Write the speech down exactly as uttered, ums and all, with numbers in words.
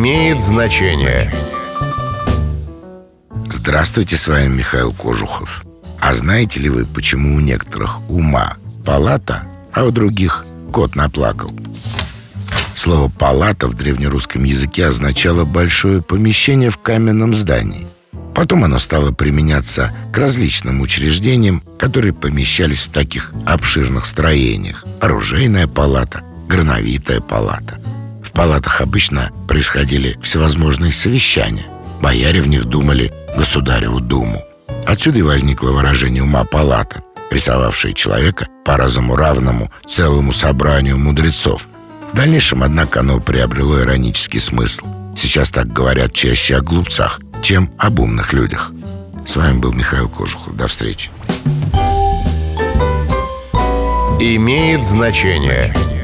Имеет значение. Здравствуйте, с вами Михаил Кожухов. А знаете ли вы, почему у некоторых ума палата, а у других кот наплакал? Слово «палата» в древнерусском языке означало большое помещение в каменном здании. Потом оно стало применяться к различным учреждениям, которые помещались в таких обширных строениях. Оружейная палата, грановитая палата. В палатах обычно происходили всевозможные совещания. Бояре в них думали государеву думу. Отсюда и возникло выражение «ума палата», рисовавшее человека по разуму равному целому собранию мудрецов. В дальнейшем, однако, оно приобрело иронический смысл. Сейчас так говорят чаще о глупцах, чем об умных людях. С вами был Михаил Кожухов. До встречи. Имеет значение.